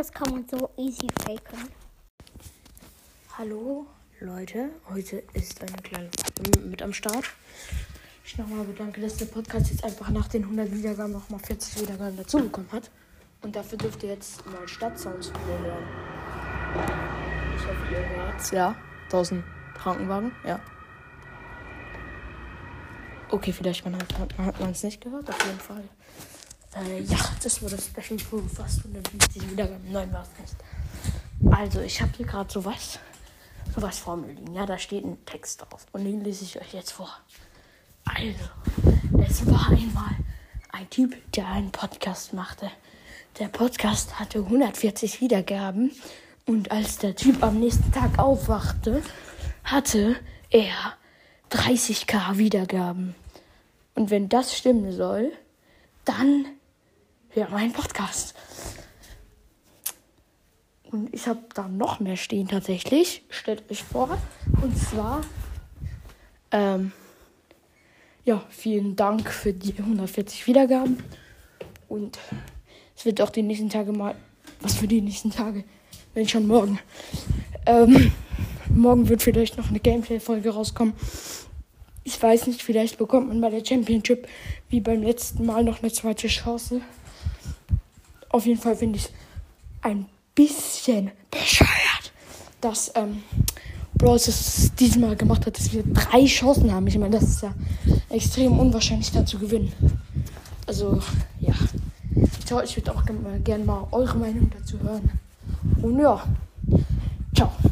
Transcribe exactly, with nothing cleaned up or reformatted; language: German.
Das kann man so easy faken. Hallo Leute, heute ist eine kleine mit am Start. Ich nochmal bedanke, dass der Podcast jetzt einfach nach den hundert Wiedergaben nochmal vierzig Wiedergaben dazubekommen hat. Und dafür dürft ihr jetzt mal Stadtsounds von mir hören. Ich hoffe, ihr hört's. Ja, tausend Krankenwagen, ja. Okay, vielleicht man hat, hat man es nicht gehört, auf jeden Fall. Äh, ja, das wurde Special für fast hundertfünfzig Wiedergaben. Nein, war es nicht. Also, ich habe hier gerade sowas, sowas vor mir liegen. Ja, da steht ein Text drauf. Und den lese ich euch jetzt vor. Also, es war einmal ein Typ, der einen Podcast machte. Der Podcast hatte hundertvierzig Wiedergaben. Und als der Typ am nächsten Tag aufwachte, hatte er dreißigtausend Wiedergaben. Und wenn das stimmen soll, dann hört mein Podcast. Und ich habe da noch mehr stehen tatsächlich. Stellt euch vor. Und zwar, ähm, ja, vielen Dank für die hundertvierzig Wiedergaben. Und es wird auch die nächsten Tage mal, was für die nächsten Tage, wenn schon morgen. Ähm, morgen wird vielleicht noch eine Gameplay-Folge rauskommen. Ich weiß nicht, vielleicht bekommt man bei der Championship wie beim letzten Mal noch eine zweite Chance. Auf jeden Fall finde ich ein bisschen bescheuert, dass ähm, Bros es diesmal gemacht hat, dass wir drei Chancen haben. Ich meine, das ist ja extrem unwahrscheinlich, da zu gewinnen. Also, ja. Ich würde auch gerne mal eure Meinung dazu hören. Und ja, ciao.